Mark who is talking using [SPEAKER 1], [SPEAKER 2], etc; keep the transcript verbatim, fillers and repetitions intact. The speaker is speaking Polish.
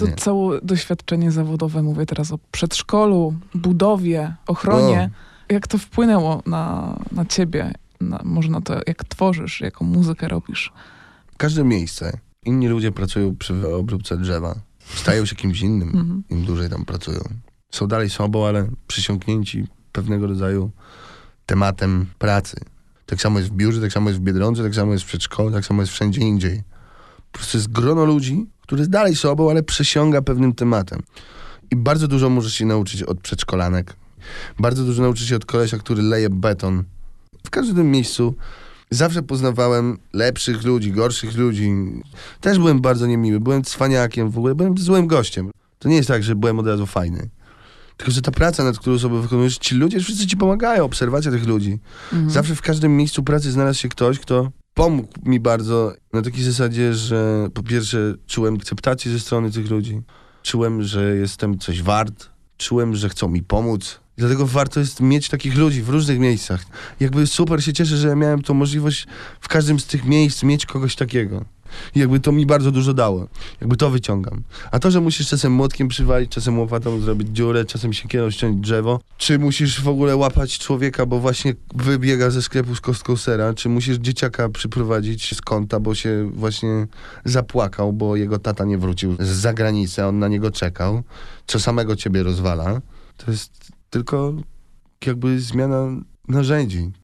[SPEAKER 1] To całe doświadczenie zawodowe, mówię teraz o przedszkolu, budowie, ochronie. O. Jak to wpłynęło na, na ciebie? Na, może na to, jak tworzysz, jaką muzykę robisz?
[SPEAKER 2] Każde miejsce. Inni ludzie pracują przy obróbce drzewa. Stają się kimś innym, mm-hmm. im dłużej tam pracują. Są dalej sobą, ale przysiągnięci pewnego rodzaju tematem pracy. Tak samo jest w biurze, tak samo jest w Biedronce, tak samo jest w przedszkolu, tak samo jest wszędzie indziej. Po prostu jest grono ludzi, które jest dalej sobą, ale przesiąga pewnym tematem. I bardzo dużo możesz się nauczyć od przedszkolanek. Bardzo dużo nauczyć się od kolesia, który leje beton. W każdym miejscu zawsze poznawałem lepszych ludzi, gorszych ludzi. Też byłem bardzo niemiły, byłem cwaniakiem, w ogóle byłem złym gościem. To nie jest tak, że byłem od razu fajny. Tylko, że ta praca, nad którą sobie wykonujesz, ci ludzie wszyscy ci pomagają, obserwacja tych ludzi. Mhm. Zawsze w każdym miejscu pracy znalazł się ktoś, kto pomógł mi bardzo na takiej zasadzie, że po pierwsze czułem akceptację ze strony tych ludzi. Czułem, że jestem coś wart. Czułem, że chcą mi pomóc. Dlatego warto jest mieć takich ludzi w różnych miejscach. Jakby super się cieszę, że ja miałem tą możliwość w każdym z tych miejsc mieć kogoś takiego. I jakby to mi bardzo dużo dało. Jakby to wyciągam. A to, że musisz czasem młotkiem przywalić, czasem łopatą zrobić dziurę, czasem siekierą ściąć drzewo, czy musisz w ogóle łapać człowieka, bo właśnie wybiega ze sklepu z kostką sera, czy musisz dzieciaka przyprowadzić z kąta, bo się właśnie zapłakał, bo jego tata nie wrócił z zagranicy, a on na niego czekał, co samego ciebie rozwala. To jest tylko jakby zmiana narzędzi.